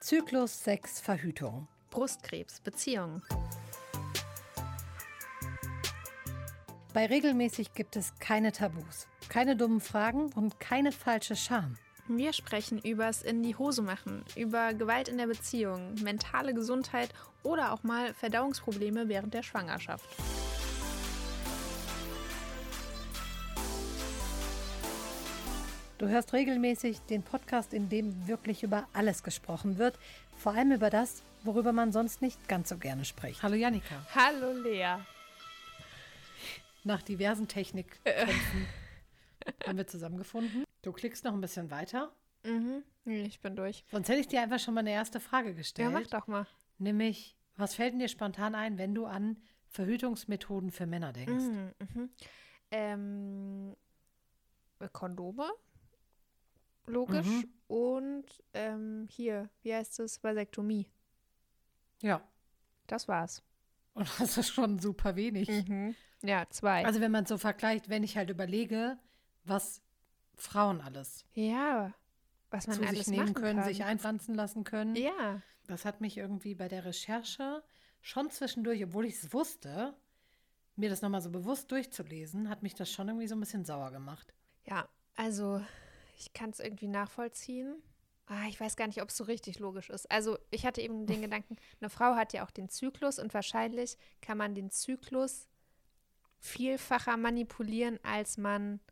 Zyklus, Sex, Verhütung. Brustkrebs, Beziehungen. Bei Regelmäßig gibt es keine Tabus, keine dummen Fragen und keine falsche Scham. Wir sprechen übers in die Hose machen, über Gewalt in der Beziehung, mentale Gesundheit oder auch mal Verdauungsprobleme während der Schwangerschaft. Du hörst Regelmäßig den Podcast, in dem wirklich über alles gesprochen wird, vor allem über das, worüber man sonst nicht ganz so gerne spricht. Hallo Jannika. Hallo Lea. Nach diversen Technikkämpfen haben wir zusammengefunden. Du klickst noch ein bisschen weiter. Ich bin durch. Sonst hätte ich dir einfach schon mal eine erste Frage gestellt. Ja, mach doch mal. Nämlich, was fällt denn dir spontan ein, wenn du an Verhütungsmethoden für Männer denkst? Kondome, logisch. Und hier, wie heißt es? Vasektomie. Ja. Das war's. Und das ist schon super wenig. Ja, 2. Also wenn man es so vergleicht, wenn ich halt überlege, was Frauen alles Ja, was man zu alles sich nehmen machen können, kann. sich einpflanzen lassen können. Ja. Das hat mich irgendwie bei der Recherche schon zwischendurch, obwohl ich es wusste, mir das nochmal so bewusst durchzulesen, hat mich das schon irgendwie so ein bisschen sauer gemacht. Ja, also ich kann es irgendwie nachvollziehen. Ich weiß gar nicht, ob es so richtig logisch ist. Also ich hatte eben den Gedanken, eine Frau hat ja auch den Zyklus und wahrscheinlich kann man den Zyklus vielfacher manipulieren, als man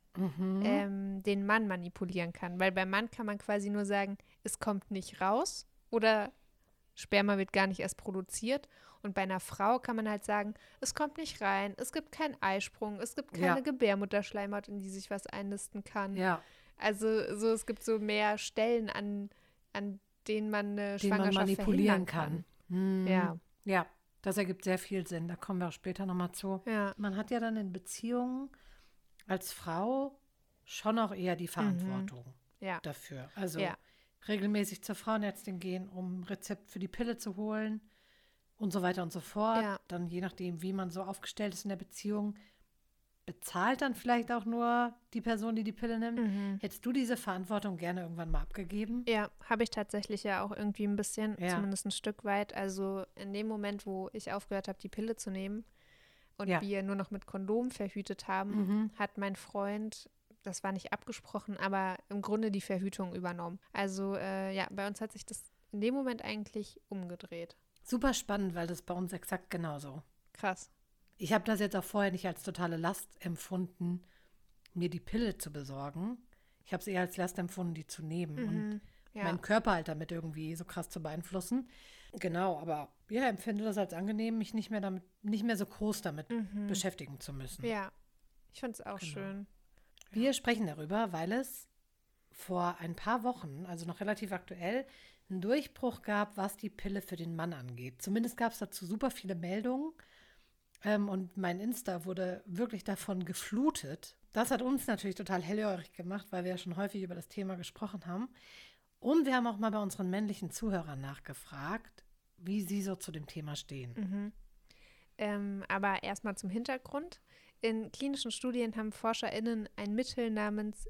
den Mann manipulieren kann. Weil beim Mann kann man quasi nur sagen, es kommt nicht raus oder Sperma wird gar nicht erst produziert. Und bei einer Frau kann man halt sagen, es kommt nicht rein, es gibt keinen Eisprung, es gibt keine Gebärmutterschleimhaut, in die sich was einnisten kann. Ja. Also so, es gibt so mehr Stellen, an denen man eine Den man Schwangerschaft manipulieren verhindern kann. Ja. Ja, das ergibt sehr viel Sinn. Da kommen wir auch später nochmal zu. Ja. Man hat ja dann in Beziehungen als Frau schon auch eher die Verantwortung Ja. dafür. Also Ja. regelmäßig zur Frauenärztin gehen, um Rezept für die Pille zu holen und so weiter und so fort. Ja. Dann je nachdem, wie man so aufgestellt ist in der Beziehung, bezahlt dann vielleicht auch nur die Person, die die Pille nimmt. Hättest du diese Verantwortung gerne irgendwann mal abgegeben? Ja, habe ich tatsächlich ja auch irgendwie ein bisschen, Ja. zumindest ein Stück weit. Also in dem Moment, wo ich aufgehört habe, die Pille zu nehmen und Ja. wir nur noch mit Kondom verhütet haben, hat mein Freund, das war nicht abgesprochen, aber im Grunde die Verhütung übernommen. Also bei uns hat sich das in dem Moment eigentlich umgedreht. Super spannend, weil das bei uns exakt genauso. Krass. Ich habe das jetzt auch vorher nicht als totale Last empfunden, mir die Pille zu besorgen. Ich habe es eher als Last empfunden, die zu nehmen und meinen Körper halt damit irgendwie so krass zu beeinflussen. Genau, aber ja, empfinde das als angenehm, mich nicht mehr so groß damit beschäftigen zu müssen. Ja, ich fand es auch schön. Wir sprechen darüber, weil es vor ein paar Wochen, also noch relativ aktuell, einen Durchbruch gab, was die Pille für den Mann angeht. Zumindest gab es dazu super viele Meldungen. Und mein Insta wurde wirklich davon geflutet. Das hat uns natürlich total hellhörig gemacht, weil wir ja schon häufig über das Thema gesprochen haben. Und wir haben auch mal bei unseren männlichen Zuhörern nachgefragt, wie sie so zu dem Thema stehen. Aber erstmal zum Hintergrund. In klinischen Studien haben ForscherInnen ein Mittel namens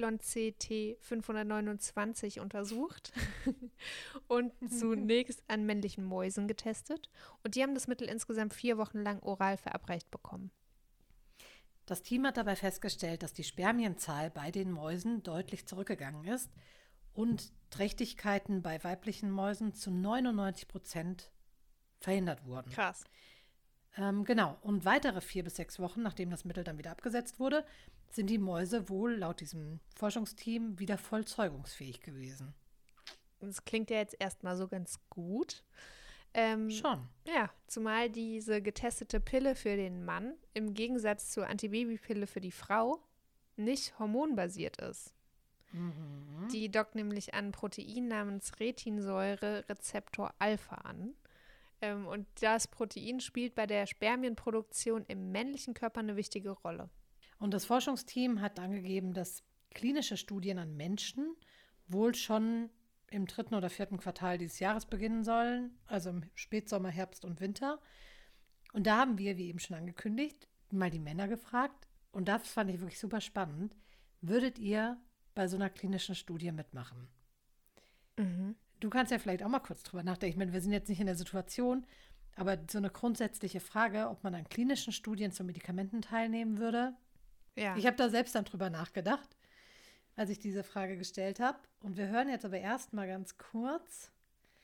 YCT529 untersucht und zunächst an männlichen Mäusen getestet. Und die haben das Mittel insgesamt 4 Wochen lang oral verabreicht bekommen. Das Team hat dabei festgestellt, dass die Spermienzahl bei den Mäusen deutlich zurückgegangen ist und Trächtigkeiten bei weiblichen Mäusen zu 99% verhindert wurden. Krass. Genau. Und weitere 4 bis 6 Wochen, nachdem das Mittel dann wieder abgesetzt wurde, sind die Mäuse wohl laut diesem Forschungsteam wieder voll zeugungsfähig gewesen. Das klingt ja jetzt erstmal so ganz gut. Schon. Ja, zumal diese getestete Pille für den Mann im Gegensatz zur Antibabypille für die Frau nicht hormonbasiert ist. Die dockt nämlich an ein Protein namens Retinsäure-Rezeptor Alpha an. Und das Protein spielt bei der Spermienproduktion im männlichen Körper eine wichtige Rolle. Und das Forschungsteam hat angegeben, dass klinische Studien an Menschen wohl schon im 3. oder 4. Quartal dieses Jahres beginnen sollen, also im Spätsommer, Herbst und Winter. Und da haben wir, wie eben schon angekündigt, mal die Männer gefragt. Und das fand ich wirklich super spannend. Würdet ihr bei so einer klinischen Studie mitmachen? du kannst ja vielleicht auch mal kurz drüber nachdenken. Ich meine, wir sind jetzt nicht in der Situation, aber so eine grundsätzliche Frage, ob man an klinischen Studien zu Medikamenten teilnehmen würde. Ja. Ich habe da selbst dann drüber nachgedacht, als ich diese Frage gestellt habe. Und wir hören jetzt aber erst mal ganz kurz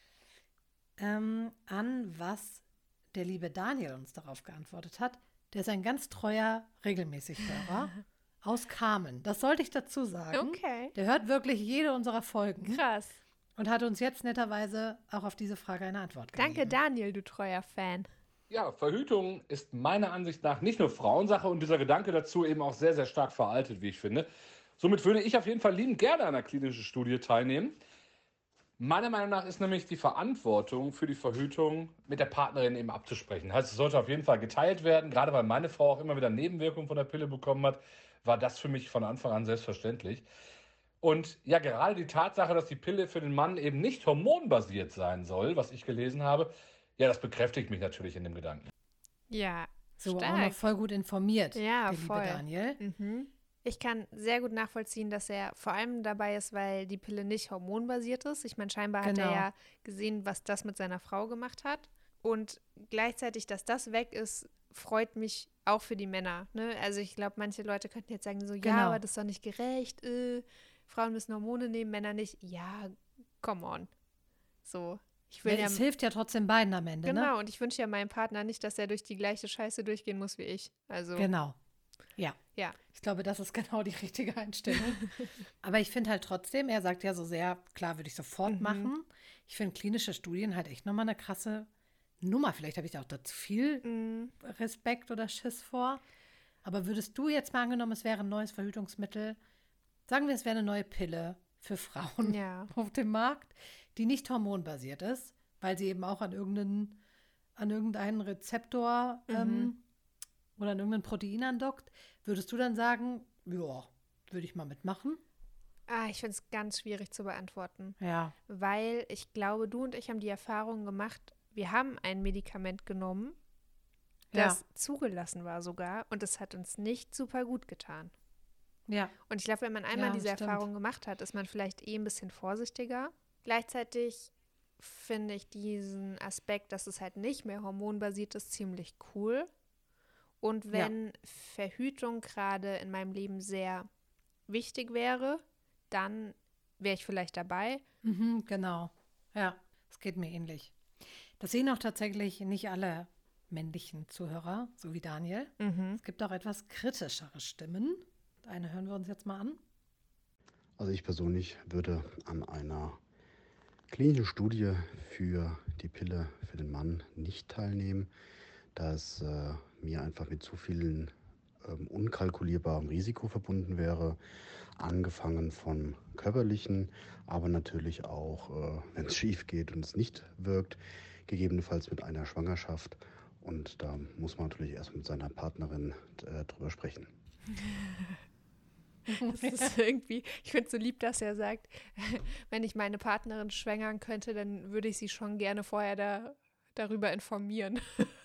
an, was der liebe Daniel uns darauf geantwortet hat. Der ist ein ganz treuer, regelmäßig Hörer aus Kamen. Das sollte ich dazu sagen. Okay. Der hört wirklich jede unserer Folgen Krass. und hat uns jetzt netterweise auch auf diese Frage eine Antwort gegeben. Danke, Daniel, du treuer Fan. Ja, Verhütung ist meiner Ansicht nach nicht nur Frauensache und dieser Gedanke dazu eben auch sehr, sehr stark veraltet, wie ich finde. Somit würde ich auf jeden Fall liebend gerne an einer klinischen Studie teilnehmen. Meiner Meinung nach ist nämlich die Verantwortung für die Verhütung mit der Partnerin eben abzusprechen. Heißt, es sollte auf jeden Fall geteilt werden. Gerade weil meine Frau auch immer wieder Nebenwirkungen von der Pille bekommen hat, war das für mich von Anfang an selbstverständlich. Und ja, gerade die Tatsache, dass die Pille für den Mann eben nicht hormonbasiert sein soll, was ich gelesen habe, ja, das bekräftigt mich natürlich in dem Gedanken. Ja, So, auch stark. noch voll gut informiert, Ja, der voll. liebe Daniel. Mhm. Ich kann sehr gut nachvollziehen, dass er vor allem dabei ist, weil die Pille nicht hormonbasiert ist. Ich meine, scheinbar hat er Genau. ja gesehen, was das mit seiner Frau gemacht hat. Und gleichzeitig, dass das weg ist, freut mich auch für die Männer. Ne? Also ich glaube, manche Leute könnten jetzt sagen so, ja, Genau. aber das ist doch nicht gerecht. Frauen müssen Hormone nehmen, Männer nicht. Ja, come on. So, ich will Weil ja... es hilft ja trotzdem beiden am Ende, ne? Genau, und ich wünsche ja meinem Partner nicht, dass er durch die gleiche Scheiße durchgehen muss wie ich. Also, Genau. Ja. ja. Ich glaube, das ist genau die richtige Einstellung. Aber ich finde halt trotzdem, er sagt ja so sehr, klar, würde ich sofort machen. Ich finde klinische Studien halt echt nochmal eine krasse Nummer. Vielleicht habe ich da auch dazu viel Respekt oder Schiss vor. Aber würdest du jetzt mal angenommen, es wäre ein neues Verhütungsmittel, sagen wir, es wäre eine neue Pille für Frauen Ja. auf dem Markt, die nicht hormonbasiert ist, weil sie eben auch an irgendeinen Rezeptor oder an irgendein Protein andockt, würdest du dann sagen, ja, würde ich mal mitmachen? Ich finde es ganz schwierig zu beantworten, Ja. weil ich glaube, du und ich haben die Erfahrung gemacht, wir haben ein Medikament genommen, das zugelassen war sogar, und es hat uns nicht super gut getan. Ja. Und ich glaube, wenn man einmal Ja, diese stimmt. Erfahrung gemacht hat, ist man vielleicht ein bisschen vorsichtiger. Gleichzeitig finde ich diesen Aspekt, dass es halt nicht mehr hormonbasiert ist, ziemlich cool. Und wenn Verhütung gerade in meinem Leben sehr wichtig wäre, dann wäre ich vielleicht dabei. Mhm, genau. Ja, es geht mir ähnlich. Das sehen auch tatsächlich nicht alle männlichen Zuhörer, so wie Daniel. Es gibt auch etwas kritischere Stimmen. Eine hören wir uns jetzt mal an. Also ich persönlich würde an einer klinischen Studie für die Pille für den Mann nicht teilnehmen, da es mir einfach mit zu vielen unkalkulierbarem Risiko verbunden wäre, angefangen vom körperlichen, aber natürlich auch, wenn es schief geht und es nicht wirkt, gegebenenfalls mit einer Schwangerschaft. Und da muss man natürlich erst mit seiner Partnerin drüber sprechen. Das ist irgendwie, ich finde es so lieb, dass er sagt, wenn ich meine Partnerin schwängern könnte, dann würde ich sie schon gerne vorher darüber informieren.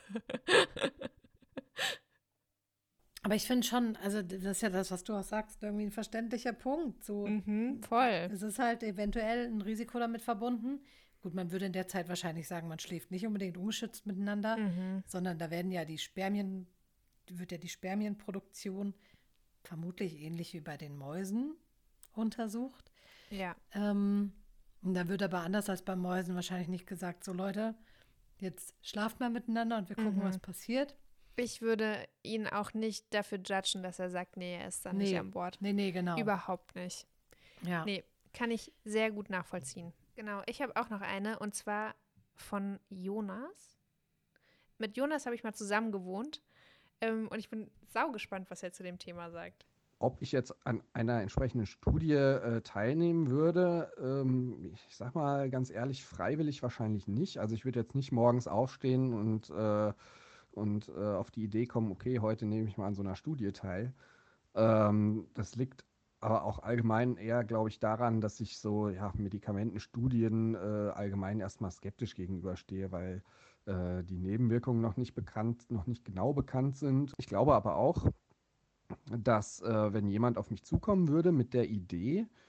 Aber ich finde schon, also das ist ja das, was du auch sagst, irgendwie ein verständlicher Punkt. So, Voll. es ist halt eventuell ein Risiko damit verbunden. Gut, man würde in der Zeit wahrscheinlich sagen, man schläft nicht unbedingt ungeschützt miteinander, sondern da werden ja wird ja die Spermienproduktion vermutlich ähnlich wie bei den Mäusen untersucht. Ja. Und da wird aber anders als bei Mäusen wahrscheinlich nicht gesagt, so Leute, jetzt schlaft mal miteinander und wir gucken, was passiert. Ich würde ihn auch nicht dafür judgen, dass er sagt, nee, er ist dann nicht an Bord. Nee, genau. Überhaupt nicht. Ja. Nee, kann ich sehr gut nachvollziehen. Genau, ich habe auch noch eine, und zwar von Jonas. Mit Jonas habe ich mal zusammen gewohnt, und ich bin saugespannt, was er zu dem Thema sagt. Ob ich jetzt an einer entsprechenden Studie teilnehmen würde, ich sag mal ganz ehrlich, freiwillig wahrscheinlich nicht. Also ich würde jetzt nicht morgens aufstehen und auf die Idee kommen, okay, heute nehme ich mal an so einer Studie teil. Das liegt aber auch allgemein eher, glaube ich, daran, dass ich so Medikamentenstudien allgemein erstmal skeptisch gegenüberstehe, weil die Nebenwirkungen noch nicht genau bekannt sind. Ich glaube aber auch, dass wenn jemand auf mich zukommen würde mit der Idee,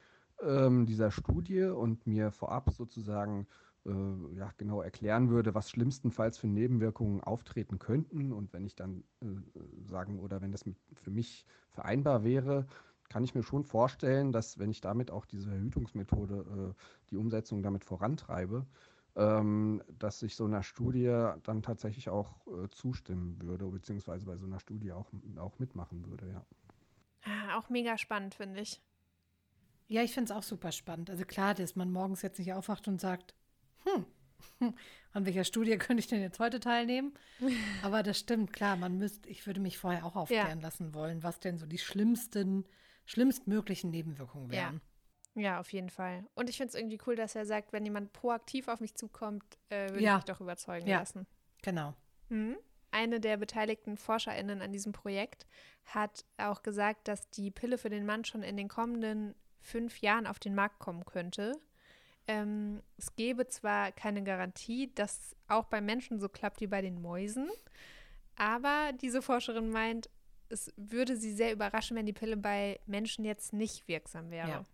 dieser Studie und mir vorab sozusagen genau erklären würde, was schlimmstenfalls für Nebenwirkungen auftreten könnten. Und wenn ich dann wenn das für mich vereinbar wäre, kann ich mir schon vorstellen, dass wenn ich damit auch diese Verhütungsmethode, die Umsetzung damit vorantreibe, dass ich so einer Studie dann tatsächlich auch zustimmen würde, beziehungsweise bei so einer Studie auch mitmachen würde, ja. Auch mega spannend, finde ich. Ja, ich finde es auch super spannend. Also klar, dass man morgens jetzt nicht aufwacht und sagt, an welcher Studie könnte ich denn jetzt heute teilnehmen? Aber das stimmt, klar, ich würde mich vorher auch aufklären lassen wollen, was denn so die schlimmstmöglichen Nebenwirkungen wären. Ja, auf jeden Fall. Und ich finde es irgendwie cool, dass er sagt, wenn jemand proaktiv auf mich zukommt, würde ich mich doch überzeugen lassen. Genau. Eine der beteiligten ForscherInnen an diesem Projekt hat auch gesagt, dass die Pille für den Mann schon in den kommenden 5 Jahren auf den Markt kommen könnte. Es gäbe zwar keine Garantie, dass es auch bei Menschen so klappt wie bei den Mäusen, aber diese Forscherin meint, es würde sie sehr überraschen, wenn die Pille bei Menschen jetzt nicht wirksam wäre. Ja.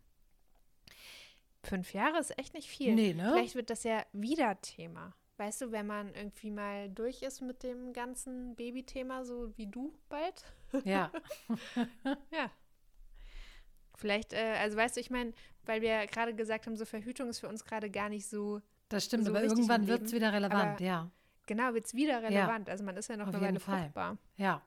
5 Jahre ist echt nicht viel. Nee, ne? Vielleicht wird das ja wieder Thema. Weißt du, wenn man irgendwie mal durch ist mit dem ganzen Babythema, so wie du bald. Ja. Ja. Vielleicht, also weißt du, ich meine, weil wir gerade gesagt haben, so Verhütung ist für uns gerade gar nicht so. Das stimmt, so aber wichtig irgendwann im wird es Leben. wieder relevant, Aber ja. Genau, wird es wieder relevant. Also man ist ja noch auf eine Weile jeden Fall. fruchtbar. Ja.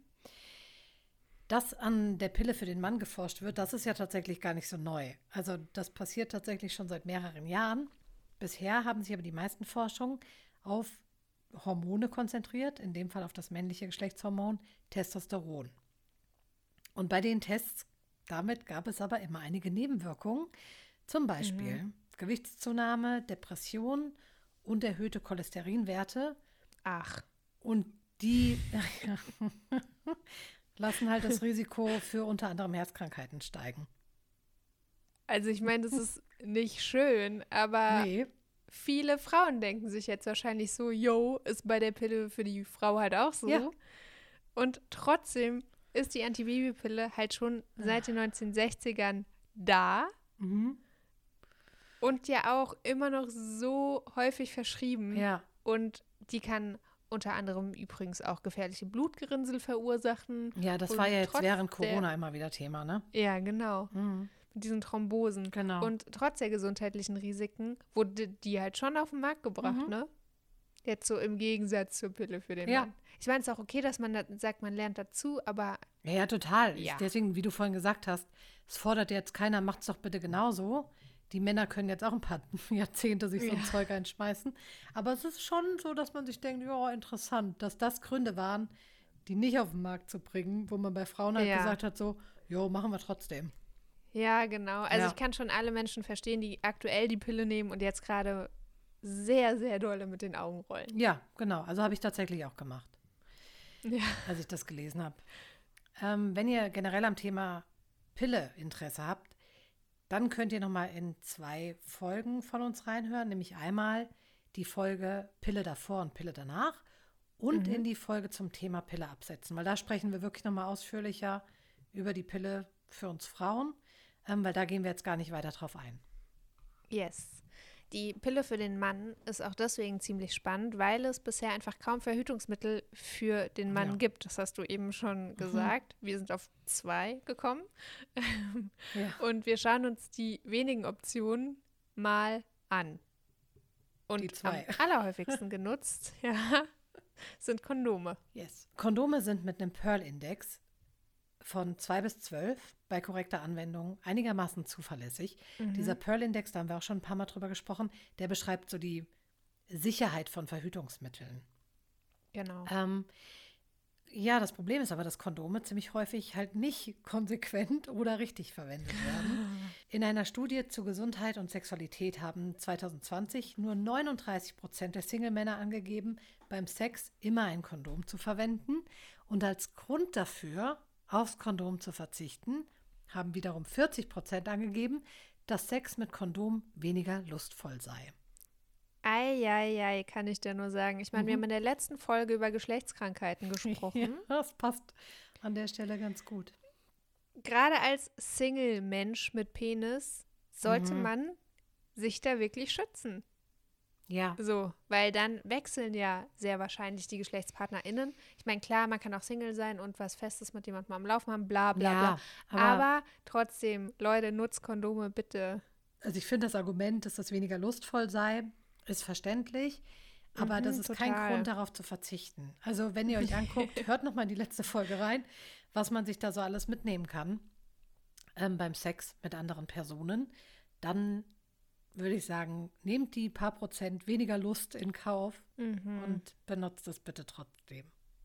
Dass an der Pille für den Mann geforscht wird, das ist ja tatsächlich gar nicht so neu. Also das passiert tatsächlich schon seit mehreren Jahren. Bisher haben sich aber die meisten Forschungen auf Hormone konzentriert, in dem Fall auf das männliche Geschlechtshormon Testosteron. Und bei den Tests, damit gab es aber immer einige Nebenwirkungen, zum Beispiel Gewichtszunahme, Depression und erhöhte Cholesterinwerte. Ach. Und die lassen halt das Risiko für unter anderem Herzkrankheiten steigen. Also ich meine, das ist nicht schön, aber Nee. viele Frauen denken sich jetzt wahrscheinlich so, yo, ist bei der Pille für die Frau halt auch so. Ja. Und trotzdem ist die Antibabypille halt schon seit den 1960ern da und ja auch immer noch so häufig verschrieben. Ja. Und die kann unter anderem übrigens auch gefährliche Blutgerinnsel verursachen. Ja, das Und war ja jetzt trotz während Corona immer wieder Thema, ne? Ja, genau. Mit diesen Thrombosen. Genau. Und trotz der gesundheitlichen Risiken wurde die halt schon auf den Markt gebracht, ne? Jetzt so im Gegensatz zur Pille für den Mann. Ich meine, es ist auch okay, dass man sagt, man lernt dazu, aber Ja, total. Ja. Deswegen, wie du vorhin gesagt hast, es fordert jetzt keiner, macht's doch bitte genauso. Die Männer können jetzt auch ein paar Jahrzehnte sich so ein Zeug einschmeißen. Aber es ist schon so, dass man sich denkt, ja, interessant, dass das Gründe waren, die nicht auf den Markt zu bringen, wo man bei Frauen halt gesagt hat, so, jo, machen wir trotzdem. ja, genau. Also ich kann schon alle Menschen verstehen, die aktuell die Pille nehmen und jetzt gerade sehr, sehr dolle mit den Augen rollen. Ja, genau. Also habe ich tatsächlich auch gemacht, Ja. als ich das gelesen habe. Wenn ihr generell am Thema Pille Interesse habt, dann könnt ihr nochmal in 2 Folgen von uns reinhören, nämlich einmal die Folge Pille davor und Pille danach und in die Folge zum Thema Pille absetzen, weil da sprechen wir wirklich nochmal ausführlicher über die Pille für uns Frauen, weil da gehen wir jetzt gar nicht weiter drauf ein. Yes. Die Pille für den Mann ist auch deswegen ziemlich spannend, weil es bisher einfach kaum Verhütungsmittel für den Mann gibt. Das hast du eben schon gesagt. Wir sind auf 2 gekommen. Und wir schauen uns die wenigen Optionen mal an. Und Die 2. am allerhäufigsten genutzt sind Kondome. Yes. Kondome sind mit einem Pearl-Index von 2 bis 12 bei korrekter Anwendung einigermaßen zuverlässig. Dieser Pearl-Index, da haben wir auch schon ein paar Mal drüber gesprochen, der beschreibt so die Sicherheit von Verhütungsmitteln. Genau. Ja, das Problem ist aber, dass Kondome ziemlich häufig halt nicht konsequent oder richtig verwendet werden. In einer Studie zu Gesundheit und Sexualität haben 2020 nur 39% der Single-Männer angegeben, beim Sex immer ein Kondom zu verwenden. Und als Grund dafür, aufs Kondom zu verzichten, haben wiederum 40% angegeben, dass Sex mit Kondom weniger lustvoll sei. Eieiei, kann ich dir nur sagen. Ich meine, wir haben in der letzten Folge über Geschlechtskrankheiten gesprochen. Ja, das passt an der Stelle ganz gut. Gerade als Single-Mensch mit Penis sollte man sich da wirklich schützen. Ja. So, weil dann wechseln ja sehr wahrscheinlich die GeschlechtspartnerInnen. Ich meine, klar, man kann auch Single sein und was Festes mit jemandem am Laufen haben, bla bla Ja, bla. Aber trotzdem, Leute, nutzt Kondome bitte. also ich finde das Argument, dass das weniger lustvoll sei, ist verständlich. Aber das ist kein total. Grund, darauf zu verzichten. Also wenn ihr euch anguckt, hört nochmal in die letzte Folge rein, was man sich da so alles mitnehmen kann beim Sex mit anderen Personen. Dann würde ich sagen, nehmt die paar Prozent weniger Lust in Kauf und benutzt es bitte trotzdem.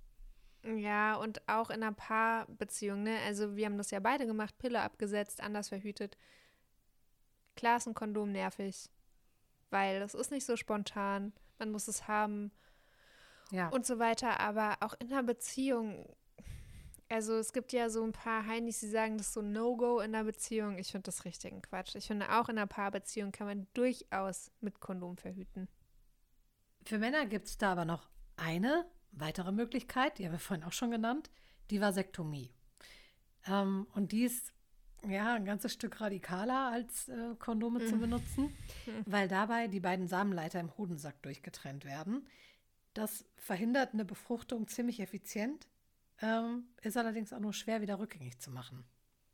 Ja, und auch in einer Paarbeziehung, ne? Also wir haben das ja beide gemacht, Pille abgesetzt, anders verhütet. Klar ist ein Kondom nervig, weil das ist nicht so spontan, man muss es haben Ja, und so weiter, aber auch in einer Beziehung, also es gibt ja so ein paar Heinis, die sagen, das ist so ein No-Go in einer Beziehung. Ich finde das richtigen Quatsch. Ich finde, auch in einer Paarbeziehung kann man durchaus mit Kondom verhüten. für Männer gibt es da aber noch eine weitere Möglichkeit, die haben wir vorhin auch schon genannt, die Vasektomie. Und die ist ja ein ganzes Stück radikaler als Kondome zu benutzen, weil dabei die beiden Samenleiter im Hodensack durchgetrennt werden. Das verhindert eine Befruchtung ziemlich effizient, ist allerdings auch nur schwer wieder rückgängig zu machen.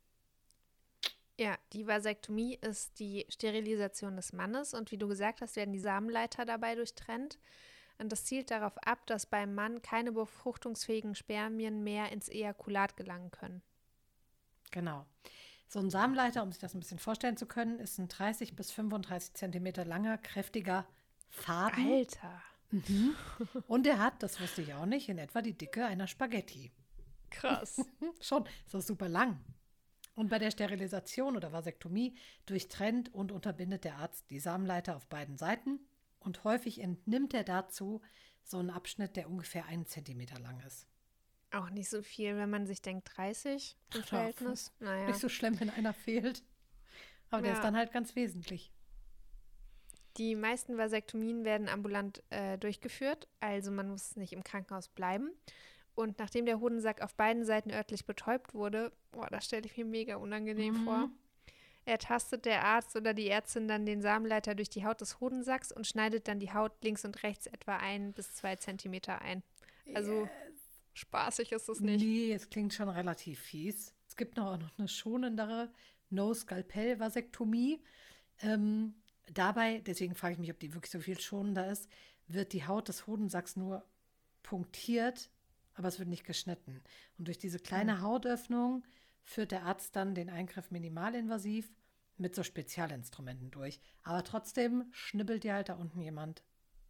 Ja, die Vasektomie ist die Sterilisation des Mannes und wie du gesagt hast, werden die Samenleiter dabei durchtrennt. Und das zielt darauf ab, dass beim Mann keine befruchtungsfähigen Spermien mehr ins Ejakulat gelangen können. Genau. So ein Samenleiter, um sich das ein bisschen vorstellen zu können, ist ein 30 bis 35 Zentimeter langer, kräftiger Faden. Alter, Und er hat, das wusste ich auch nicht, in etwa die Dicke einer Spaghetti. krass. Schon, ist das super lang. Und bei der Sterilisation oder Vasektomie durchtrennt und unterbindet der Arzt die Samenleiter auf beiden Seiten und häufig entnimmt er dazu so einen Abschnitt, der ungefähr 1 Zentimeter lang ist. Auch nicht so viel, wenn man sich denkt, 30 im Ach, Verhältnis. Naja. Nicht so schlimm, wenn einer fehlt. Aber der Ja. ist dann halt ganz wesentlich. Die meisten Vasektomien werden ambulant durchgeführt, also man muss nicht im Krankenhaus bleiben. Und nachdem der Hodensack auf beiden Seiten örtlich betäubt wurde, das stelle ich mir mega unangenehm vor, ertastet der Arzt oder die Ärztin dann den Samenleiter durch die Haut des Hodensacks und schneidet dann die Haut links und rechts etwa 1 bis 2 Zentimeter ein. Also spaßig ist es nicht. Nee, es klingt schon relativ fies. Es gibt noch auch noch eine schonendere No-Skalpell-Vasektomie. Dabei, deswegen frage ich mich, ob die wirklich so viel schonender ist, wird die Haut des Hodensacks nur punktiert, aber es wird nicht geschnitten. Und durch diese kleine Hautöffnung führt der Arzt dann den Eingriff minimalinvasiv mit so Spezialinstrumenten durch. Aber trotzdem schnibbelt dir halt da unten jemand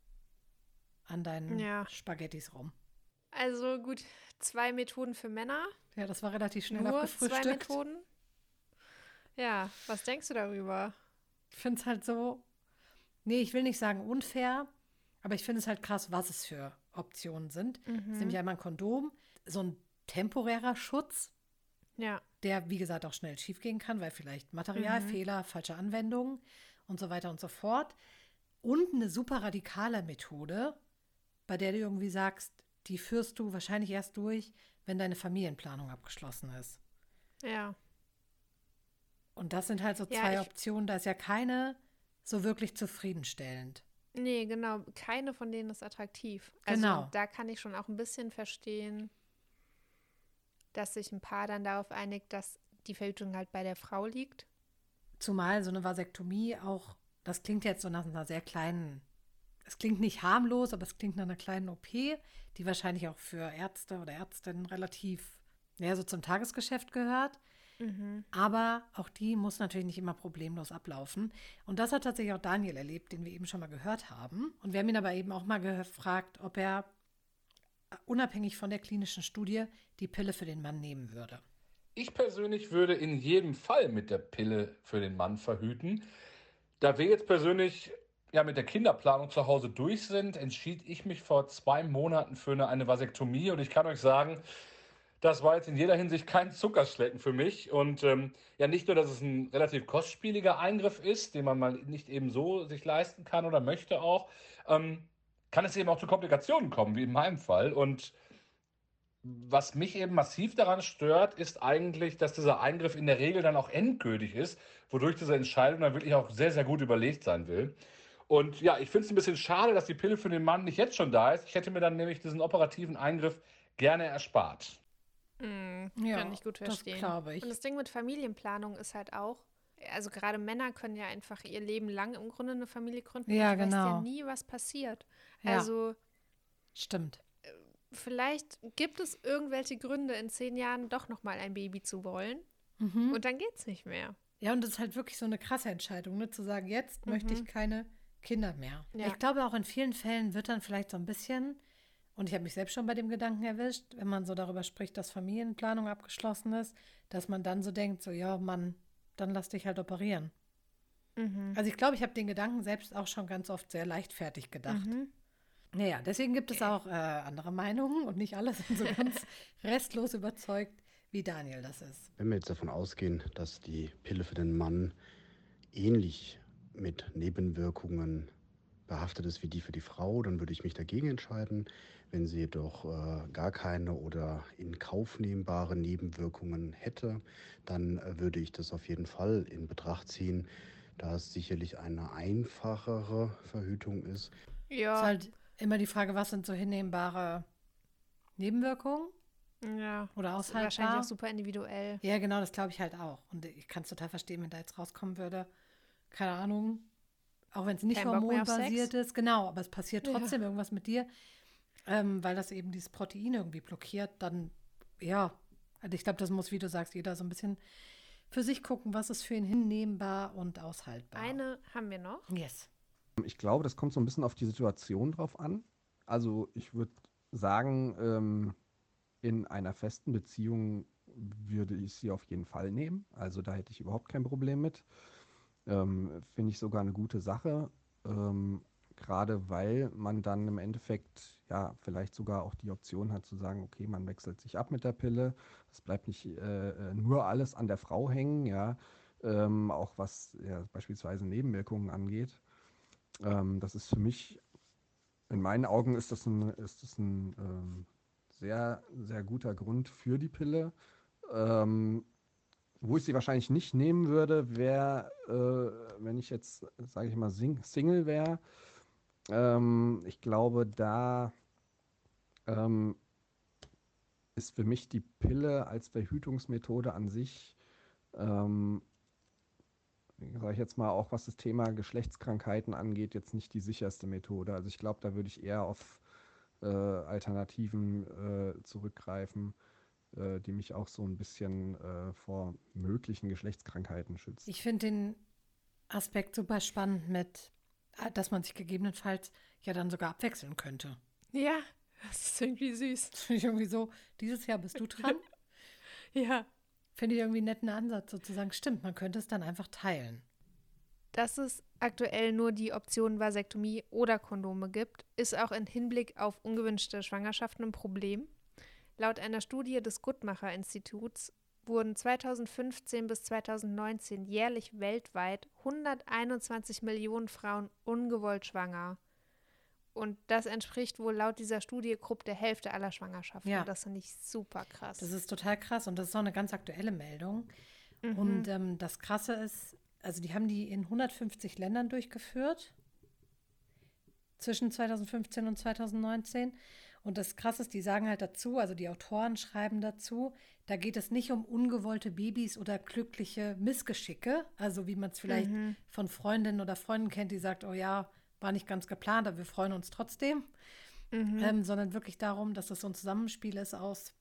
an deinen Ja. Spaghettis rum. Also gut, 2 Methoden für Männer, Ja, das war relativ schnell nur 2 abgefrühstückt. Methoden. Ja, was denkst du darüber? Ich finde es halt so, nee, ich will nicht sagen unfair, aber ich finde es halt krass, was es für Optionen sind. Es ist nämlich einmal ein Kondom, so ein temporärer Schutz, Ja, der, wie gesagt, auch schnell schiefgehen kann, weil vielleicht Materialfehler, falsche Anwendungen und so weiter und so fort. Und eine super radikale Methode, bei der du irgendwie sagst, die führst du wahrscheinlich erst durch, wenn deine Familienplanung abgeschlossen ist. ja. Und das sind halt so Ja, zwei Optionen, da ist ja keine so wirklich zufriedenstellend. Nee, genau. Keine von denen ist attraktiv. Also Genau. da kann ich schon auch ein bisschen verstehen, dass sich ein Paar dann darauf einigt, dass die Verhütung halt bei der Frau liegt. Zumal so eine Vasektomie auch, das klingt jetzt so nach einer sehr kleinen, es klingt nicht harmlos, aber es klingt nach einer kleinen OP, die wahrscheinlich auch für Ärzte oder Ärztinnen relativ, ja, so zum Tagesgeschäft gehört. Aber auch die muss natürlich nicht immer problemlos ablaufen. Und das hat tatsächlich auch Daniel erlebt, den wir eben schon mal gehört haben. Und wir haben ihn aber eben auch mal gefragt, ob er unabhängig von der klinischen Studie die Pille für den Mann nehmen würde. Ich persönlich würde in jedem Fall mit der Pille für den Mann verhüten. Da wir jetzt persönlich ja mit der Kinderplanung zu Hause durch sind, entschied ich mich vor 2 Monaten für eine Vasektomie und ich kann euch sagen, das war jetzt in jeder Hinsicht kein Zuckerschlecken für mich. Und ja, nicht nur, dass es ein relativ kostspieliger Eingriff ist, den man mal nicht eben so sich leisten kann oder möchte auch, kann es eben auch zu Komplikationen kommen, wie in meinem Fall. Und Was mich eben massiv daran stört, ist eigentlich, dass dieser Eingriff in der Regel dann auch endgültig ist, wodurch diese Entscheidung dann wirklich auch sehr, sehr gut überlegt sein will. Und ja, ich finde es ein bisschen schade, dass die Pille für den Mann nicht jetzt schon da ist. Ich hätte mir dann nämlich diesen operativen Eingriff gerne erspart. Kann Ja, ich gut das verstehen. glaube ich. Und das Ding mit Familienplanung ist halt auch, also gerade Männer können ja einfach ihr Leben lang im Grunde eine Familie gründen Ja, und du weißt ja genau. nie, was passiert. Ja. Also Stimmt. vielleicht gibt es irgendwelche Gründe, in 10 Jahren doch nochmal ein Baby zu wollen Mhm. und dann geht's nicht mehr. Ja, und das ist halt wirklich so eine krasse Entscheidung, ne? Zu sagen, jetzt möchte ich keine Kinder mehr. Ja. Ich glaube, auch in vielen Fällen wird dann vielleicht so ein bisschen, und ich habe mich selbst schon bei dem Gedanken erwischt, wenn man so darüber spricht, dass Familienplanung abgeschlossen ist, dass man dann so denkt, so, ja, Mann, dann lass dich halt operieren. Also ich glaube, ich habe den Gedanken selbst auch schon ganz oft sehr leichtfertig gedacht. Naja, deswegen gibt es auch andere Meinungen und nicht alle sind so ganz restlos überzeugt, wie Daniel das ist. Wenn wir jetzt davon ausgehen, dass die Pille für den Mann ähnlich mit Nebenwirkungen behaftet ist wie die für die Frau, dann würde ich mich dagegen entscheiden. Wenn sie jedoch gar keine oder in Kauf nehmbare Nebenwirkungen hätte, dann würde ich das auf jeden Fall in Betracht ziehen, da es sicherlich eine einfachere Verhütung ist. Ist Ja, halt immer die Frage, was sind so hinnehmbare Nebenwirkungen ja. oder Ist wahrscheinlich aushaltbar? auch super individuell. Ja, genau, das glaube ich halt auch. Und ich kann es total verstehen, wenn da jetzt rauskommen würde, keine Ahnung, auch wenn es nicht Kein Bock mehr auf hormonbasiert Sex? ist, genau, aber es passiert Ja. trotzdem irgendwas mit dir, weil das eben dieses Protein irgendwie blockiert, dann, ja, also ich glaube, das muss, wie du sagst, jeder so ein bisschen für sich gucken, was ist für ihn hinnehmbar und aushaltbar. Eine haben wir noch. Yes. Ich glaube, das kommt so ein bisschen auf die Situation drauf an. Also ich würde sagen, in einer festen Beziehung würde ich sie auf jeden Fall nehmen. Also da hätte ich überhaupt kein Problem mit. Finde ich sogar eine gute Sache. Gerade weil man dann im Endeffekt ja vielleicht sogar auch die Option hat zu sagen, okay, man wechselt sich ab mit der Pille. Es bleibt nicht nur alles an der Frau hängen, ja. Auch was ja, beispielsweise Nebenwirkungen angeht. Das ist für mich, in meinen Augen ist das ein sehr, sehr guter Grund für die Pille. Wo ich sie wahrscheinlich nicht nehmen würde, wäre, wenn ich jetzt, sage ich mal, Single wäre. Ich glaube, da ähm, ist für mich die Pille als Verhütungsmethode an sich, ähm, sage ich jetzt mal, auch was das Thema Geschlechtskrankheiten angeht, jetzt nicht die sicherste Methode. Also ich glaube, da würde ich eher auf Alternativen zurückgreifen, die mich auch so ein bisschen vor möglichen Geschlechtskrankheiten schützen. Ich finde den Aspekt super spannend mit, dass man sich gegebenenfalls ja dann sogar abwechseln könnte. Ja, das ist irgendwie süß. Das finde ich irgendwie so, dieses Jahr bist du dran. Ja. Finde ich irgendwie einen netten Ansatz sozusagen. Stimmt, man könnte es dann einfach teilen. Dass es aktuell nur die Option Vasektomie oder Kondome gibt, ist auch im Hinblick auf ungewünschte Schwangerschaften ein Problem. Laut einer Studie des Guttmacher-Instituts wurden 2015 bis 2019 jährlich weltweit 121 Millionen Frauen ungewollt schwanger. Und das entspricht wohl laut dieser Studie grob der Hälfte aller Schwangerschaften. Ja. Das finde ich super krass. Das ist total krass und das ist auch eine ganz aktuelle Meldung. Und das Krasse ist, also die haben die in 150 Ländern durchgeführt, zwischen 2015 und 2019. Und das Krasse ist, die sagen halt dazu, also die Autoren schreiben dazu, da geht es nicht um ungewollte Babys oder glückliche Missgeschicke, also wie man es vielleicht von Freundinnen oder Freunden kennt, die sagt, oh ja, war nicht ganz geplant, aber wir freuen uns trotzdem, sondern wirklich darum, dass es so ein Zusammenspiel ist aus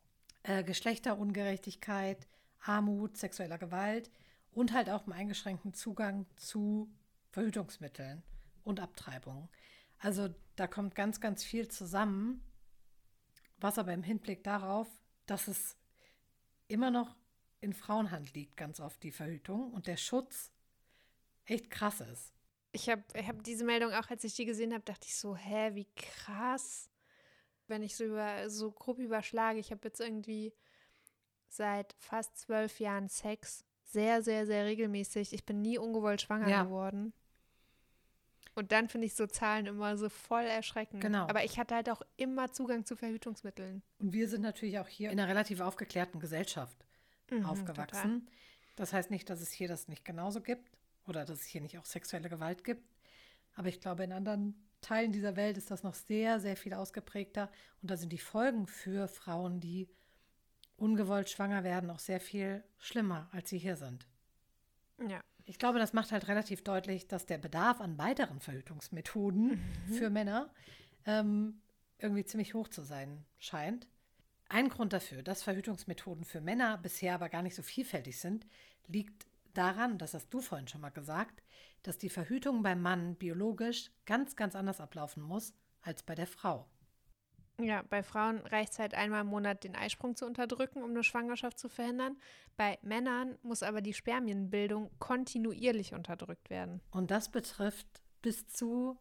Geschlechterungerechtigkeit, Armut, sexueller Gewalt und halt auch einem eingeschränkten Zugang zu Verhütungsmitteln und Abtreibung. Also da kommt ganz, ganz viel zusammen, was aber im Hinblick darauf, dass es immer noch in Frauenhand liegt, ganz oft die Verhütung und der Schutz echt krass ist. Ich hab diese Meldung auch, als ich die gesehen habe, dachte ich so, hä, wie krass. Wenn ich so grob überschlage, ich habe jetzt irgendwie seit fast 12 Jahren Sex, sehr, sehr, sehr regelmäßig. Ich bin nie ungewollt schwanger Ja. geworden. Und dann finde ich so Zahlen immer so voll erschreckend. Genau. Aber ich hatte halt auch immer Zugang zu Verhütungsmitteln. Und wir sind natürlich auch hier in einer relativ aufgeklärten Gesellschaft aufgewachsen. Total. Das heißt nicht, dass es hier das nicht genauso gibt oder dass es hier nicht auch sexuelle Gewalt gibt. Aber ich glaube, in anderen Teilen dieser Welt ist das noch sehr, sehr viel ausgeprägter. Und da sind die Folgen für Frauen, die ungewollt schwanger werden, auch sehr viel schlimmer, als sie hier sind. Ja. Ich glaube, das macht halt relativ deutlich, dass der Bedarf an weiteren Verhütungsmethoden für Männer irgendwie ziemlich hoch zu sein scheint. Ein Grund dafür, dass Verhütungsmethoden für Männer bisher aber gar nicht so vielfältig sind, liegt daran, das hast du vorhin schon mal gesagt, dass die Verhütung beim Mann biologisch ganz, ganz anders ablaufen muss als bei der Frau. Ja, bei Frauen reicht es halt einmal im Monat, den Eisprung zu unterdrücken, um eine Schwangerschaft zu verhindern. Bei Männern muss aber die Spermienbildung kontinuierlich unterdrückt werden. Und das betrifft bis zu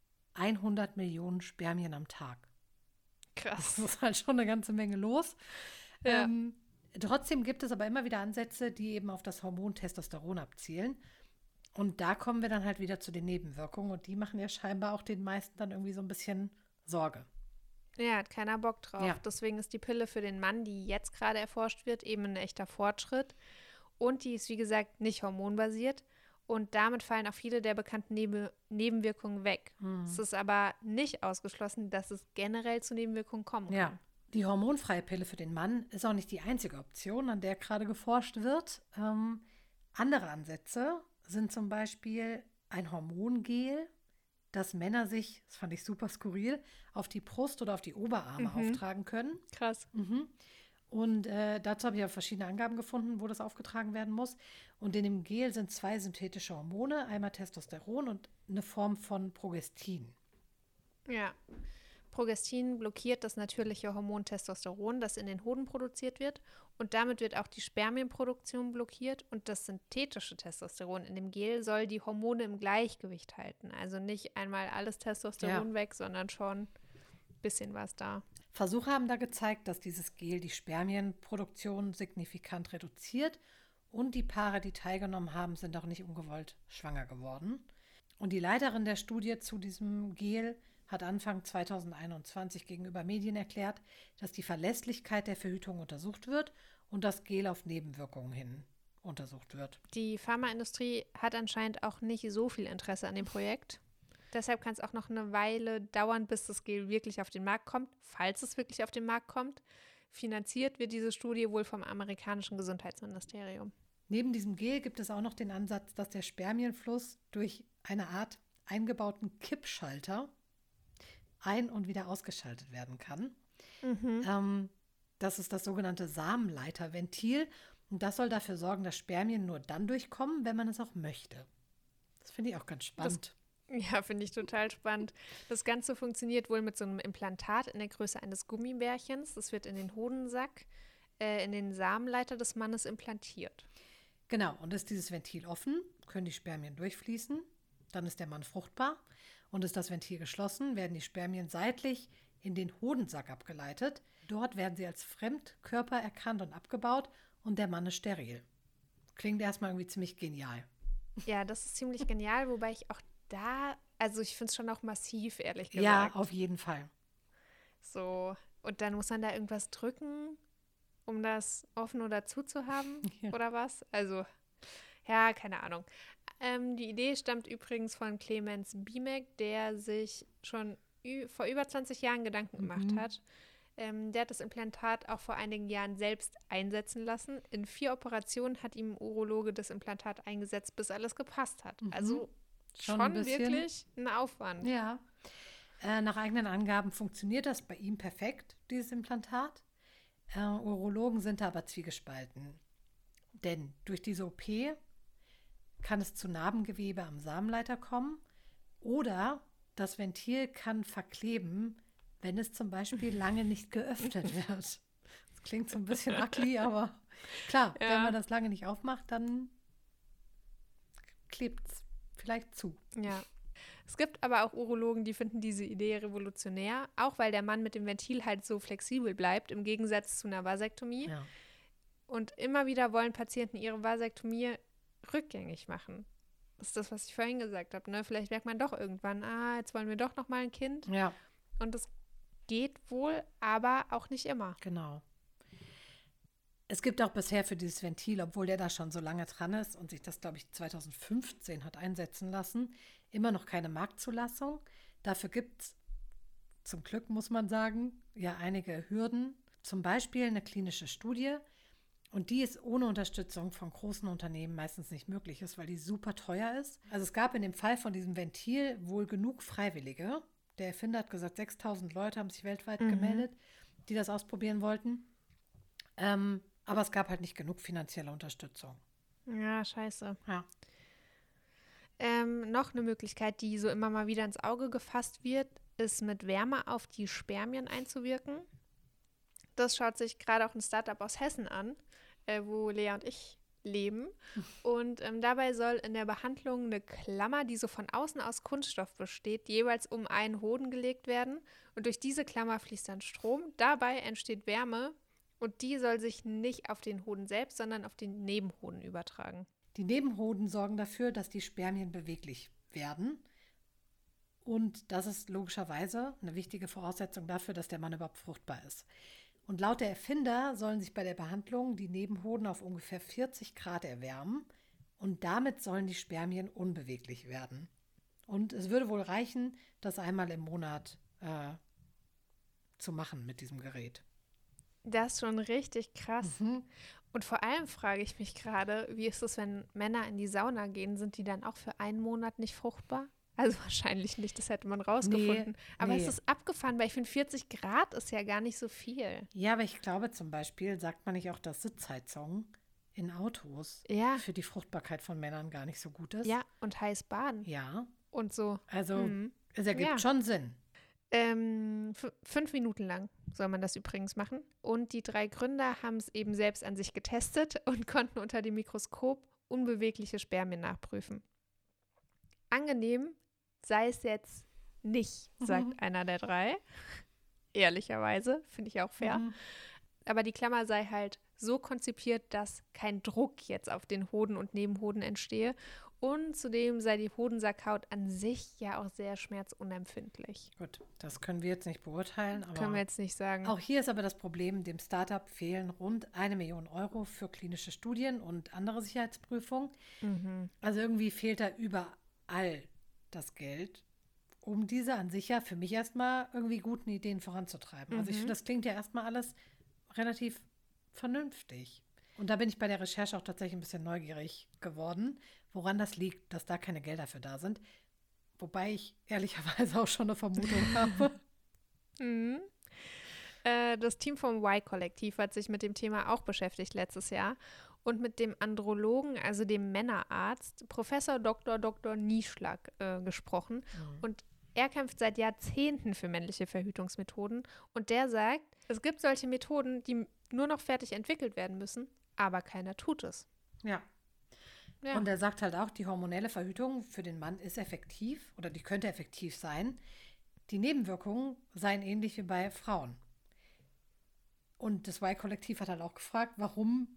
100 Millionen Spermien am Tag. Krass. Das ist halt schon eine ganze Menge los. Ja. Trotzdem gibt es aber immer wieder Ansätze, die eben auf das Hormon Testosteron abzielen. Und da kommen wir dann halt wieder zu den Nebenwirkungen. Und die machen ja scheinbar auch den meisten dann irgendwie so ein bisschen Sorge. Ja, hat keiner Bock drauf. Ja. Deswegen ist die Pille für den Mann, die jetzt gerade erforscht wird, eben ein echter Fortschritt. Und die ist, wie gesagt, nicht hormonbasiert. Und damit fallen auch viele der bekannten Nebenwirkungen weg. Es ist aber nicht ausgeschlossen, dass es generell zu Nebenwirkungen kommen kann. Ja, die hormonfreie Pille für den Mann ist auch nicht die einzige Option, an der gerade geforscht wird. Andere Ansätze sind zum Beispiel ein Hormongel, das Männer sich, das fand ich super skurril, auf die Brust oder auf die Oberarme auftragen können. Krass. Und dazu habe ich ja verschiedene Angaben gefunden, wo das aufgetragen werden muss. Und in dem Gel sind 2 synthetische Hormone, einmal Testosteron und eine Form von Progestin. Ja. Progestin blockiert das natürliche Hormon Testosteron, das in den Hoden produziert wird. Und damit wird auch die Spermienproduktion blockiert. Und das synthetische Testosteron in dem Gel soll die Hormone im Gleichgewicht halten. Also nicht einmal alles Testosteron weg, sondern schon ein bisschen was da. Versuche haben da gezeigt, dass dieses Gel die Spermienproduktion signifikant reduziert und die Paare, die teilgenommen haben, sind auch nicht ungewollt schwanger geworden. Und die Leiterin der Studie zu diesem Gel hat Anfang 2021 gegenüber Medien erklärt, dass die Verlässlichkeit der Verhütung untersucht wird und das Gel auf Nebenwirkungen hin untersucht wird. Die Pharmaindustrie hat anscheinend auch nicht so viel Interesse an dem Projekt. Deshalb kann es auch noch eine Weile dauern, bis das Gel wirklich auf den Markt kommt, falls es wirklich auf den Markt kommt. Finanziert wird diese Studie wohl vom amerikanischen Gesundheitsministerium. Neben diesem Gel gibt es auch noch den Ansatz, dass der Spermienfluss durch eine Art eingebauten Kippschalter ein- und wieder ausgeschaltet werden kann. Das ist das sogenannte Samenleiterventil und das soll dafür sorgen, dass Spermien nur dann durchkommen, wenn man es auch möchte. Das finde ich auch ganz spannend. Ja, finde ich total spannend. Das Ganze funktioniert wohl mit so einem Implantat in der Größe eines Gummibärchens. Das wird in den Hodensack, in den Samenleiter des Mannes implantiert. Genau, und ist dieses Ventil offen, können die Spermien durchfließen, dann ist der Mann fruchtbar. Und ist das Ventil geschlossen, werden die Spermien seitlich in den Hodensack abgeleitet. Dort werden sie als Fremdkörper erkannt und abgebaut und der Mann ist steril. Klingt erstmal irgendwie ziemlich genial. Ja, das ist ziemlich genial, wobei ich auch also ich finde es schon auch massiv, ehrlich gesagt. Ja, auf jeden Fall. So, und dann muss man da irgendwas drücken, um das offen oder zu haben oder was? Also, ja, keine Ahnung. Die Idee stammt übrigens von Clemens Biemek, der sich schon vor über 20 Jahren Gedanken gemacht hat. Der hat das Implantat auch vor einigen Jahren selbst einsetzen lassen. In 4 Operationen hat ihm ein Urologe das Implantat eingesetzt, bis alles gepasst hat. Also schon wirklich ein Aufwand. Ja. Nach eigenen Angaben funktioniert das bei ihm perfekt, dieses Implantat. Urologen sind da aber zwiegespalten. Denn durch diese OP kann es zu Narbengewebe am Samenleiter kommen oder das Ventil kann verkleben, wenn es zum Beispiel lange nicht geöffnet wird. Das klingt so ein bisschen ugly, aber klar, wenn man das lange nicht aufmacht, dann klebt es vielleicht zu. Ja. Es gibt aber auch Urologen, die finden diese Idee revolutionär, auch weil der Mann mit dem Ventil halt so flexibel bleibt, im Gegensatz zu einer Vasektomie. Ja. Und immer wieder wollen Patienten ihre Vasektomie rückgängig machen. Das ist das, was ich vorhin gesagt habe, ne? Vielleicht merkt man doch irgendwann, jetzt wollen wir doch noch mal ein Kind. Ja, Und das geht wohl, aber auch nicht immer. genau. Es gibt auch bisher für dieses Ventil, obwohl der da schon so lange dran ist und sich das, glaube ich, 2015 hat einsetzen lassen, immer noch keine Marktzulassung. Dafür gibt es, zum Glück muss man sagen, ja einige Hürden. Zum Beispiel eine klinische Studie. Und die ist ohne Unterstützung von großen Unternehmen meistens nicht möglich ist, weil die super teuer ist. Also es gab in dem Fall von diesem Ventil wohl genug Freiwillige. Der Erfinder hat gesagt, 6.000 Leute haben sich weltweit gemeldet, die das ausprobieren wollten. Aber es gab halt nicht genug finanzielle Unterstützung. Ja, scheiße. Ja. Noch eine Möglichkeit, die so immer mal wieder ins Auge gefasst wird, ist mit Wärme auf die Spermien einzuwirken. Das schaut sich gerade auch ein Startup aus Hessen an, wo Lea und ich leben. Und dabei soll in der Behandlung eine Klammer, die so von außen aus Kunststoff besteht, jeweils um einen Hoden gelegt werden. Und durch diese Klammer fließt dann Strom. Dabei entsteht Wärme und die soll sich nicht auf den Hoden selbst, sondern auf den Nebenhoden übertragen. Die Nebenhoden sorgen dafür, dass die Spermien beweglich werden. Und das ist logischerweise eine wichtige Voraussetzung dafür, dass der Mann überhaupt fruchtbar ist. Und laut der Erfinder sollen sich bei der Behandlung die Nebenhoden auf ungefähr 40 Grad erwärmen und damit sollen die Spermien unbeweglich werden. Und es würde wohl reichen, das einmal im Monat zu machen mit diesem Gerät. Das ist schon richtig krass. Und vor allem frage ich mich gerade, wie ist es, wenn Männer in die Sauna gehen, sind die dann auch für einen Monat nicht fruchtbar? Also wahrscheinlich nicht, das hätte man rausgefunden. Aber es ist abgefahren, weil ich finde, 40 Grad ist ja gar nicht so viel. Ja, aber ich glaube zum Beispiel, sagt man nicht auch, dass Sitzheizung in Autos für die Fruchtbarkeit von Männern gar nicht so gut ist? Ja, und heiß baden. Ja. Und so. Also es ergibt schon Sinn. 5 Minuten lang soll man das übrigens machen. Und die 3 Gründer haben es eben selbst an sich getestet und konnten unter dem Mikroskop unbewegliche Spermien nachprüfen. Angenehm sei es jetzt nicht, sagt einer der 3. Ehrlicherweise, finde ich auch fair. Aber die Klammer sei halt so konzipiert, dass kein Druck jetzt auf den Hoden und Nebenhoden entstehe. Und zudem sei die Hodensackhaut an sich ja auch sehr schmerzunempfindlich. Gut, das können wir jetzt nicht beurteilen. Aber können wir jetzt nicht sagen. Auch hier ist aber das Problem, dem Startup fehlen rund 1 Million Euro für klinische Studien und andere Sicherheitsprüfungen. Also irgendwie fehlt da überall das Geld, um diese an sich ja für mich erstmal irgendwie guten Ideen voranzutreiben. Also ich finde, das klingt ja erstmal alles relativ vernünftig. Und da bin ich bei der Recherche auch tatsächlich ein bisschen neugierig geworden, woran das liegt, dass da keine Gelder für da sind. Wobei ich ehrlicherweise auch schon eine Vermutung habe. Das Team vom Y-Kollektiv hat sich mit dem Thema auch beschäftigt letztes Jahr und mit dem Andrologen, also dem Männerarzt, Professor Dr. Nieschlag gesprochen. Und er kämpft seit Jahrzehnten für männliche Verhütungsmethoden und der sagt, es gibt solche Methoden, die nur noch fertig entwickelt werden müssen, aber keiner tut es. Ja. Und er sagt halt auch, die hormonelle Verhütung für den Mann ist effektiv oder die könnte effektiv sein. Die Nebenwirkungen seien ähnlich wie bei Frauen. Und das Y-Kollektiv hat halt auch gefragt, warum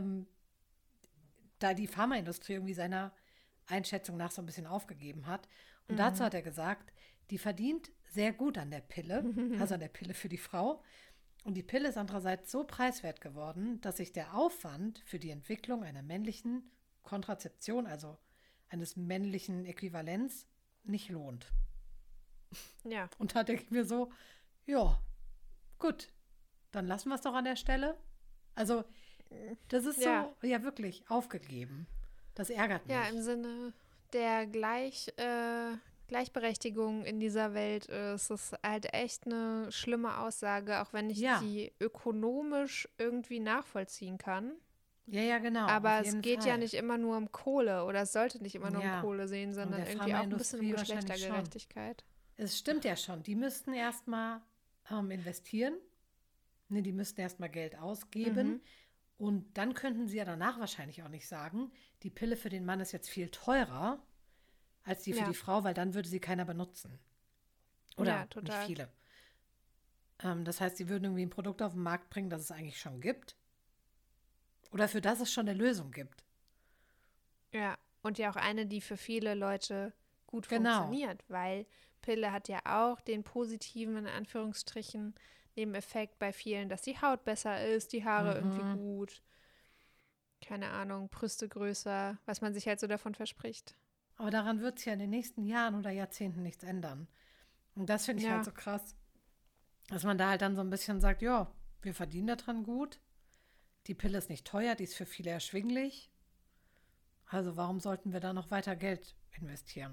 da die Pharmaindustrie irgendwie seiner Einschätzung nach so ein bisschen aufgegeben hat. Und dazu hat er gesagt, die verdient sehr gut an der Pille, also an der Pille für die Frau. Und die Pille ist andererseits so preiswert geworden, dass sich der Aufwand für die Entwicklung einer männlichen Kontrazeption, also eines männlichen Äquivalents, nicht lohnt. Ja. Und da denke ich mir so, ja, gut, dann lassen wir es doch an der Stelle. Also, das ist so, ja wirklich, aufgegeben. Das ärgert mich. Ja, im Sinne der Gleichberechtigung in dieser Welt ist es halt echt eine schlimme Aussage, auch wenn ich die ökonomisch irgendwie nachvollziehen kann. Ja, genau. Aber es geht ja nicht immer nur um Kohle oder es sollte nicht immer nur um Kohle sehen, sondern irgendwie auch ein bisschen um Geschlechtergerechtigkeit. Es stimmt ja schon. Die müssten erstmal investieren. Ne, die müssten erstmal Geld ausgeben. Und dann könnten sie ja danach wahrscheinlich auch nicht sagen, die Pille für den Mann ist jetzt viel teurer als die für die Frau, weil dann würde sie keiner benutzen. Oder nicht viele. Das heißt, sie würden irgendwie ein Produkt auf den Markt bringen, das es eigentlich schon gibt. Oder für das es schon eine Lösung gibt. Ja, Und ja auch eine, die für viele Leute gut Genau. funktioniert, weil Pille hat ja auch den positiven, in Anführungsstrichen, Nebeneffekt bei vielen, dass die Haut besser ist, die Haare irgendwie gut, keine Ahnung, Brüste größer, was man sich halt so davon verspricht. Aber daran wird es ja in den nächsten Jahren oder Jahrzehnten nichts ändern. Und das finde ich Ja. halt so krass, dass man da halt dann so ein bisschen sagt, ja, wir verdienen daran gut. Die Pille ist nicht teuer, die ist für viele erschwinglich. Also warum sollten wir da noch weiter Geld investieren?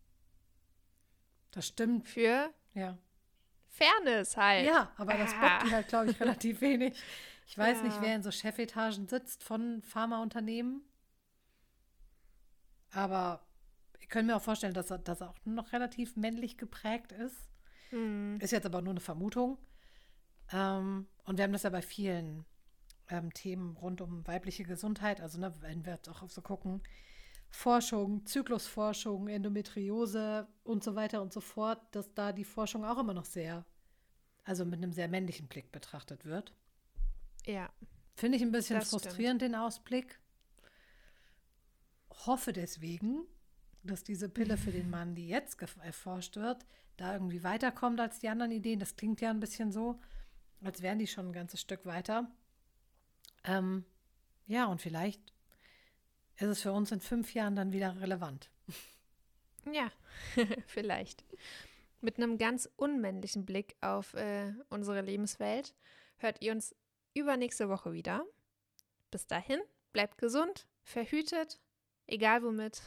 Das stimmt, Für ja. Fairness halt. Ja, aber das bockt die halt, glaube ich, relativ wenig. Ich weiß nicht, Ja. wer in so Chefetagen sitzt von Pharmaunternehmen. Aber ich könnte mir auch vorstellen, dass das auch noch relativ männlich geprägt ist. Ist jetzt aber nur eine Vermutung. Und wir haben das ja bei vielen Themen rund um weibliche Gesundheit. Also ne, wenn wir jetzt auch so gucken, Forschung, Zyklusforschung, Endometriose und so weiter und so fort, dass da die Forschung auch immer noch also mit einem sehr männlichen Blick betrachtet wird. Ja. Finde ich ein bisschen Das stimmt. frustrierend, den Ausblick. Hoffe deswegen, dass diese Pille für den Mann, die jetzt erforscht wird, da irgendwie weiterkommt als die anderen Ideen. Das klingt ja ein bisschen so, als wären die schon ein ganzes Stück weiter. Ja, und vielleicht ist es für uns in 5 Jahren dann wieder relevant. Ja, vielleicht. Mit einem ganz unmännlichen Blick auf unsere Lebenswelt hört ihr uns übernächste Woche wieder. Bis dahin, bleibt gesund, verhütet, egal womit.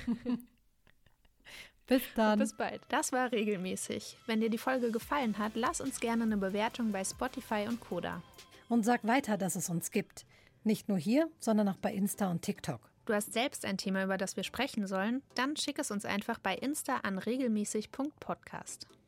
Bis dann. Bis bald. Das war regelmäßig. Wenn dir die Folge gefallen hat, lass uns gerne eine Bewertung bei Spotify und Koda. Und sag weiter, dass es uns gibt. Nicht nur hier, sondern auch bei Insta und TikTok. Du hast selbst ein Thema, über das wir sprechen sollen? Dann schick es uns einfach bei Insta an regelmäßig.podcast.